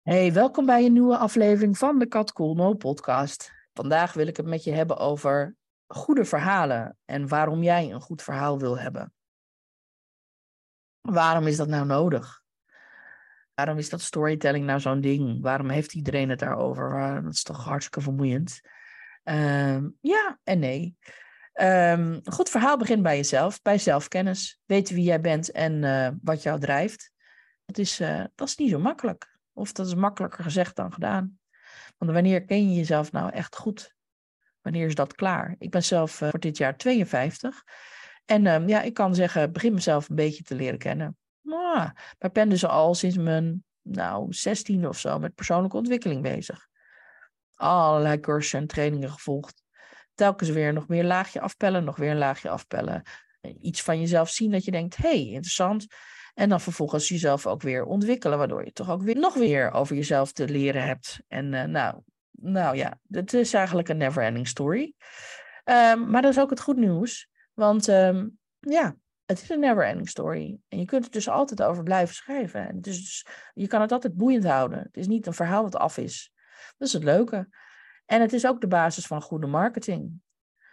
Hey, welkom bij een nieuwe aflevering van de Kat Cool No podcast. Vandaag wil ik het met je hebben over goede verhalen en waarom jij een goed verhaal wil hebben. Waarom is dat nou nodig? Waarom is dat storytelling nou zo'n ding? Waarom heeft iedereen het daarover? Dat is toch hartstikke vermoeiend? Ja en nee. Een goed verhaal begint bij jezelf, bij zelfkennis. Weten wie jij bent en wat jou drijft. Dat is niet zo makkelijk. Of dat is makkelijker gezegd dan gedaan. Want wanneer ken je jezelf nou echt goed? Wanneer is dat klaar? Ik ben zelf voor dit jaar 52. En ja, ik kan zeggen, begin mezelf een beetje te leren kennen. Maar ik ben dus al sinds mijn 16 of zo met persoonlijke ontwikkeling bezig. Allerlei cursussen en trainingen gevolgd. Telkens weer nog meer een laagje afpellen, nog weer een laagje afpellen. Iets van jezelf zien dat je denkt, hey, interessant. En dan vervolgens jezelf ook weer ontwikkelen, waardoor je toch ook weer nog weer over jezelf te leren hebt. En nou ja, het is eigenlijk een never-ending story. Maar dat is ook het goed nieuws, want ja, het is een never-ending story. En je kunt er dus altijd over blijven schrijven. En dus, je kan het altijd boeiend houden. Het is niet een verhaal dat af is. Dat is het leuke. En het is ook de basis van goede marketing.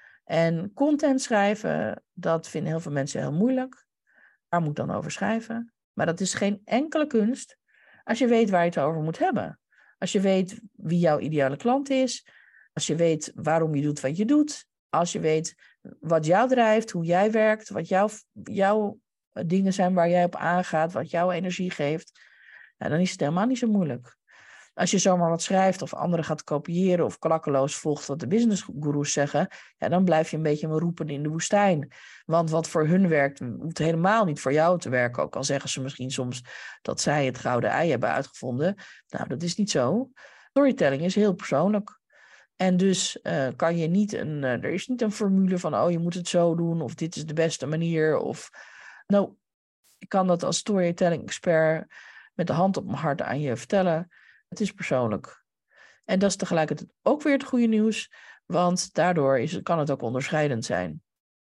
En content schrijven, dat vinden heel veel mensen heel moeilijk. Waar moet ik dan over schrijven? Maar dat is geen enkele kunst als je weet waar je het over moet hebben. Als je weet wie jouw ideale klant is. Als je weet waarom je doet wat je doet. Als je weet wat jou drijft, hoe jij werkt. Wat jouw dingen zijn waar jij op aangaat. Wat jouw energie geeft. Nou, dan is het helemaal niet zo moeilijk. Als je zomaar wat schrijft of anderen gaat kopiëren of klakkeloos volgt wat de businessgoeroes zeggen, ja, dan blijf je een beetje roepen in de woestijn. Want wat voor hun werkt, hoeft helemaal niet voor jou te werken. Ook al zeggen ze misschien soms dat zij het gouden ei hebben uitgevonden. Nou, dat is niet zo. Storytelling is heel persoonlijk. En dus kan je niet er is niet een formule van, oh, je moet het zo doen, of dit is de beste manier. Of, nou, ik kan dat als storytelling expert met de hand op mijn hart aan je vertellen. Het is persoonlijk. En dat is tegelijkertijd ook weer het goede nieuws, want daardoor kan het ook onderscheidend zijn.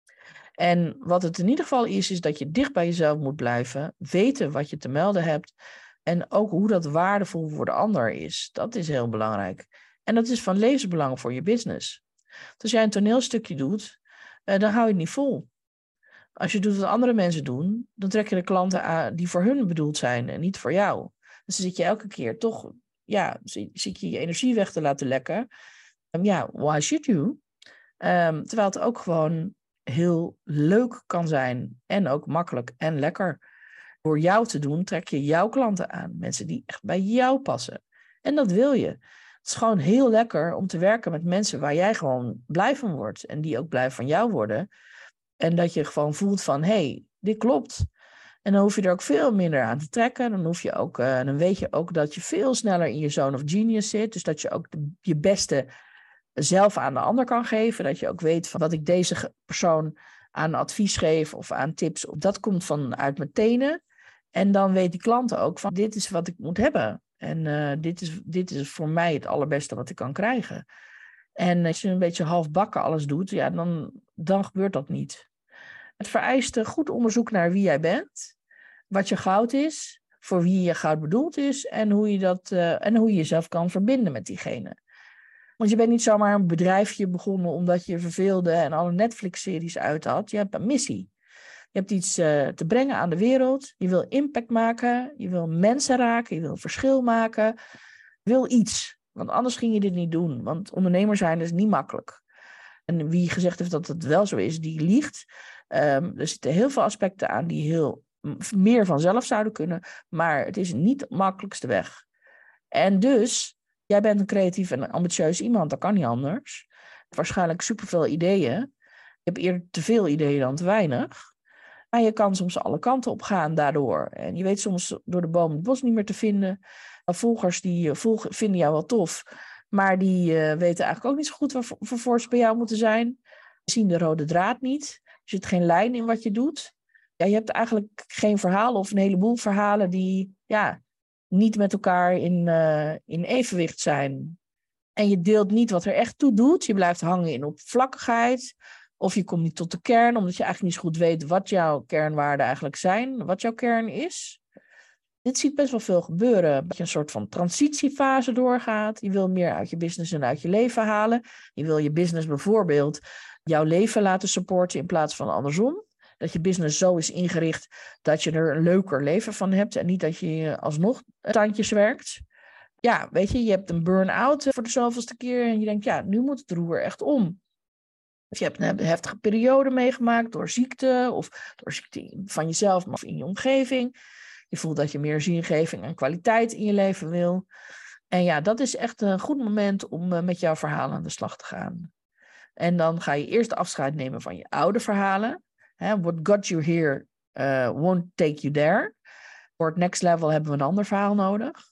En wat het in ieder geval is dat je dicht bij jezelf moet blijven, weten wat je te melden hebt en ook hoe dat waardevol voor de ander is. Dat is heel belangrijk. En dat is van levensbelang voor je business. Dus als jij een toneelstukje doet, dan hou je het niet vol. Als je doet wat andere mensen doen, dan trek je de klanten aan die voor hun bedoeld zijn en niet voor jou. Dus dan zit je elke keer toch, ja, zit je je energie weg te laten lekken. Ja, why should you? Terwijl het ook gewoon heel leuk kan zijn en ook makkelijk en lekker. Door jou te doen, trek je jouw klanten aan. Mensen die echt bij jou passen. En dat wil je. Het is gewoon heel lekker om te werken met mensen waar jij gewoon blij van wordt. En die ook blij van jou worden. En dat je gewoon voelt van, hey, dit klopt. En dan hoef je er ook veel minder aan te trekken. Dan weet je ook dat je veel sneller in je zone of genius zit. Dus dat je ook je beste zelf aan de ander kan geven. Dat je ook weet van wat ik deze persoon aan advies geef of aan tips. Dat komt vanuit mijn tenen. En dan weet die klant ook van dit is wat ik moet hebben. En dit is voor mij het allerbeste wat ik kan krijgen. En als je een beetje halfbakken alles doet, ja, dan gebeurt dat niet. Het vereist goed onderzoek naar wie jij bent, wat je goud is, voor wie je goud bedoeld is en hoe je jezelf kan verbinden met diegene. Want je bent niet zomaar een bedrijfje begonnen omdat je verveelde en alle Netflix-series uit had. Je hebt een missie. Je hebt iets te brengen aan de wereld. Je wil impact maken. Je wil mensen raken. Je wil verschil maken. Je wil iets. Want anders ging je dit niet doen. Want ondernemer zijn is niet makkelijk. En wie gezegd heeft dat het wel zo is, die liegt. Er zitten heel veel aspecten aan die heel meer vanzelf zouden kunnen. Maar het is niet de makkelijkste weg. En dus, jij bent een creatief en ambitieus iemand. Dat kan niet anders. Je hebt waarschijnlijk superveel ideeën. Je hebt eerder te veel ideeën dan te weinig. Maar je kan soms alle kanten op gaan daardoor. En je weet soms door de boom het bos niet meer te vinden. Volgers die vinden jou wel tof. Maar die weten eigenlijk ook niet zo goed waarvoor ze bij jou moeten zijn. Die zien de rode draad niet. Er zit geen lijn in wat je doet. Ja, je hebt eigenlijk geen verhaal of een heleboel verhalen die niet met elkaar in evenwicht zijn. En je deelt niet wat er echt toe doet. Je blijft hangen in oppervlakkigheid. Of je komt niet tot de kern, omdat je eigenlijk niet zo goed weet wat jouw kernwaarden eigenlijk zijn. Wat jouw kern is. Dit ziet best wel veel gebeuren. Dat je een soort van transitiefase doorgaat. Je wil meer uit je business en uit je leven halen. Je wil je business bijvoorbeeld jouw leven laten supporten in plaats van andersom. Dat je business zo is ingericht dat je er een leuker leven van hebt. En niet dat je alsnog tandjes werkt. Ja, weet je hebt een burn-out voor de zoveelste keer. En je denkt, ja, nu moet het roer echt om. Of je hebt een heftige periode meegemaakt door ziekte. Of door ziekte van jezelf, maar in je omgeving. Je voelt dat je meer zingeving en kwaliteit in je leven wil. En ja, dat is echt een goed moment om met jouw verhaal aan de slag te gaan. En dan ga je eerst afscheid nemen van je oude verhalen. What got you here won't take you there. Voor het next level hebben we een ander verhaal nodig.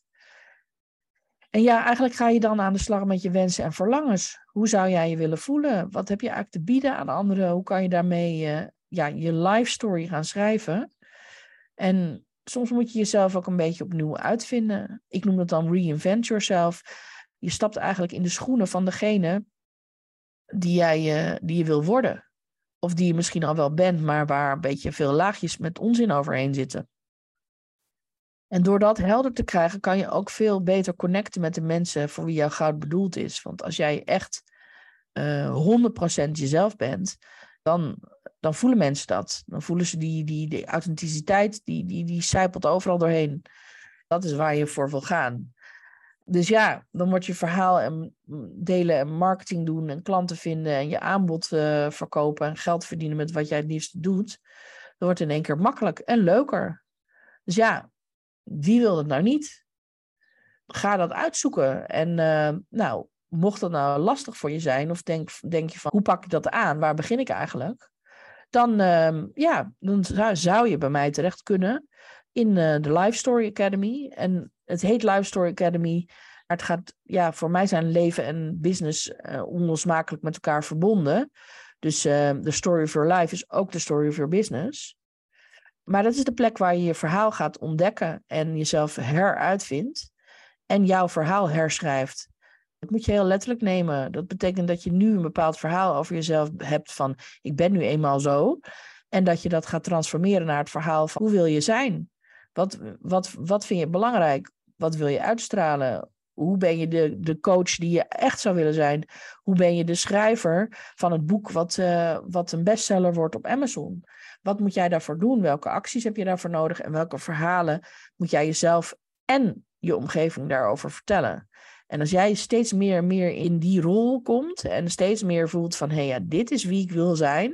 En ja, eigenlijk ga je dan aan de slag met je wensen en verlangens. Hoe zou jij je willen voelen? Wat heb je eigenlijk te bieden aan anderen? Hoe kan je daarmee je life story gaan schrijven? En soms moet je jezelf ook een beetje opnieuw uitvinden. Ik noem dat dan reinvent yourself. Je stapt eigenlijk in de schoenen van degene die je wil worden. Of die je misschien al wel bent, maar waar een beetje veel laagjes met onzin overheen zitten. En door dat helder te krijgen, kan je ook veel beter connecten met de mensen voor wie jouw goud bedoeld is. Want als jij echt 100% jezelf bent, dan voelen mensen dat. Dan voelen ze die authenticiteit, die sijpelt overal doorheen. Dat is waar je voor wil gaan. Dus ja, dan wordt je verhaal en delen en marketing doen en klanten vinden en je aanbod verkopen en geld verdienen met wat jij het liefst doet. Dat wordt in één keer makkelijk en leuker. Dus ja, wie wil dat nou niet? Ga dat uitzoeken. En mocht dat nou lastig voor je zijn, of denk je van, hoe pak ik dat aan? Waar begin ik eigenlijk? Dan zou je bij mij terecht kunnen in de Life Story Academy. En het heet Life Story Academy, maar het gaat, voor mij zijn leven en business onlosmakelijk met elkaar verbonden. Dus de story of your life is ook de story of your business. Maar dat is de plek waar je je verhaal gaat ontdekken en jezelf heruitvindt en jouw verhaal herschrijft. Dat moet je heel letterlijk nemen. Dat betekent dat je nu een bepaald verhaal over jezelf hebt van ik ben nu eenmaal zo. En dat je dat gaat transformeren naar het verhaal van hoe wil je zijn? Wat vind je belangrijk? Wat wil je uitstralen? Hoe ben je de coach die je echt zou willen zijn? Hoe ben je de schrijver van het boek wat een bestseller wordt op Amazon? Wat moet jij daarvoor doen? Welke acties heb je daarvoor nodig? En welke verhalen moet jij jezelf en je omgeving daarover vertellen? En als jij steeds meer in die rol komt en steeds meer voelt van dit is wie ik wil zijn,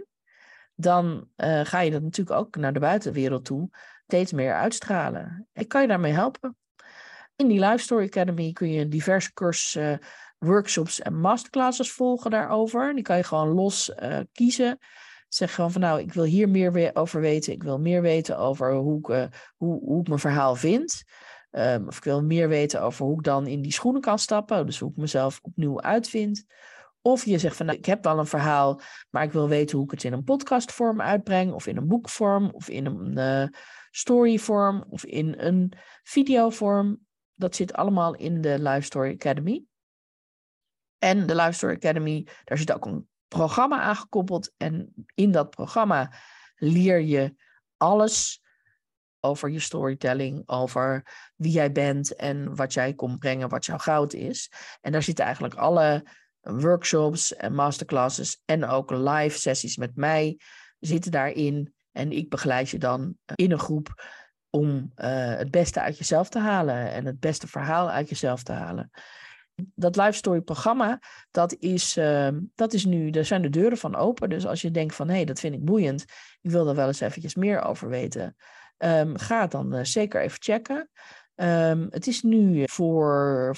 dan ga je dat natuurlijk ook naar de buitenwereld toe steeds meer uitstralen. Ik kan je daarmee helpen. In die Life Story Academy kun je diverse cursussen, workshops en masterclasses volgen daarover. Die kan je gewoon los kiezen. Zeg gewoon van ik wil hier meer over weten. Ik wil meer weten over hoe ik mijn verhaal vind. Of ik wil meer weten over hoe ik dan in die schoenen kan stappen. Dus hoe ik mezelf opnieuw uitvind. Of je zegt van ik heb wel een verhaal, maar ik wil weten hoe ik het in een podcastvorm uitbreng. Of in een boekvorm. Of in een storyvorm. Of in een videovorm. Dat zit allemaal in de Life Story Academy. En de Life Story Academy, daar zit ook een programma aangekoppeld. En in dat programma leer je alles over je storytelling, over wie jij bent en wat jij komt brengen, wat jouw goud is. En daar zitten eigenlijk alle workshops en masterclasses en ook live sessies met mij zitten daarin. En ik begeleid je dan in een groep om het beste uit jezelf te halen en het beste verhaal uit jezelf te halen. Dat Life Story programma, dat is nu, daar zijn de deuren van open. Dus als je denkt van, dat vind ik boeiend, ik wil er wel eens eventjes meer over weten, ga het dan zeker even checken. Het is nu voor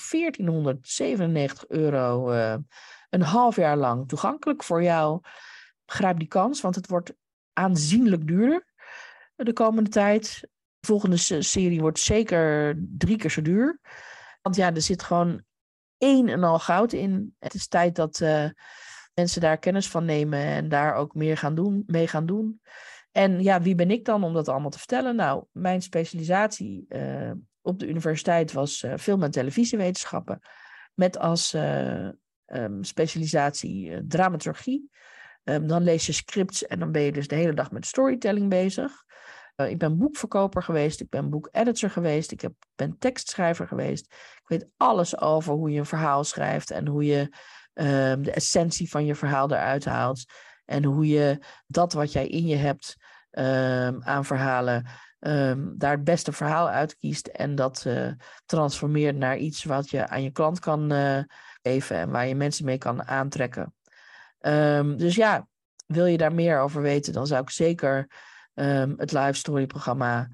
€1497 een half jaar lang toegankelijk voor jou. Grijp die kans, want het wordt aanzienlijk duurder de komende tijd. De volgende serie wordt zeker 3 keer zo duur. Want er zit gewoon één en al goud in. Het is tijd dat mensen daar kennis van nemen en daar ook mee gaan doen. En wie ben ik dan om dat allemaal te vertellen? Nou, mijn specialisatie op de universiteit was film- en televisiewetenschappen. Met als specialisatie dramaturgie. Dan lees je scripts en dan ben je dus de hele dag met storytelling bezig. Ik ben boekverkoper geweest. Ik ben boekeditor geweest. Ben tekstschrijver geweest. Ik weet alles over hoe je een verhaal schrijft. En hoe je de essentie van je verhaal eruit haalt. En hoe je dat wat jij in je hebt aan verhalen. Daar het beste verhaal uit kiest. En dat transformeert naar iets wat je aan je klant kan geven. En waar je mensen mee kan aantrekken. Dus ja, wil je daar meer over weten, dan zou ik zeker het live story programma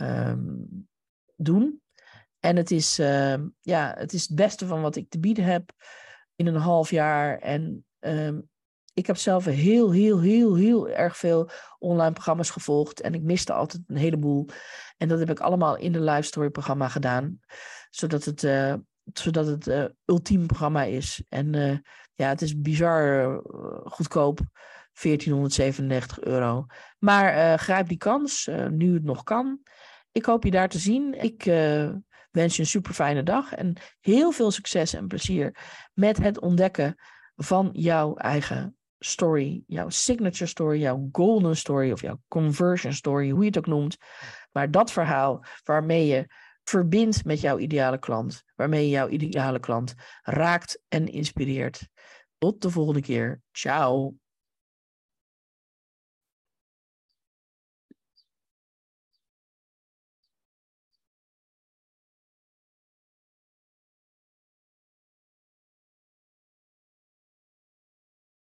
doen. En het is het beste van wat ik te bieden heb in een half jaar. En ik heb zelf heel erg veel online programma's gevolgd. En ik miste altijd een heleboel. En dat heb ik allemaal in de live story programma gedaan. Zodat het ultieme programma is. En het is bizar goedkoop. €1497. Maar grijp die kans, nu het nog kan. Ik hoop je daar te zien. Ik wens je een super fijne dag. En heel veel succes en plezier met het ontdekken van jouw eigen story. Jouw signature story, jouw golden story of jouw conversion story, hoe je het ook noemt. Maar dat verhaal waarmee je verbindt met jouw ideale klant. Waarmee je jouw ideale klant raakt en inspireert. Tot de volgende keer. Ciao.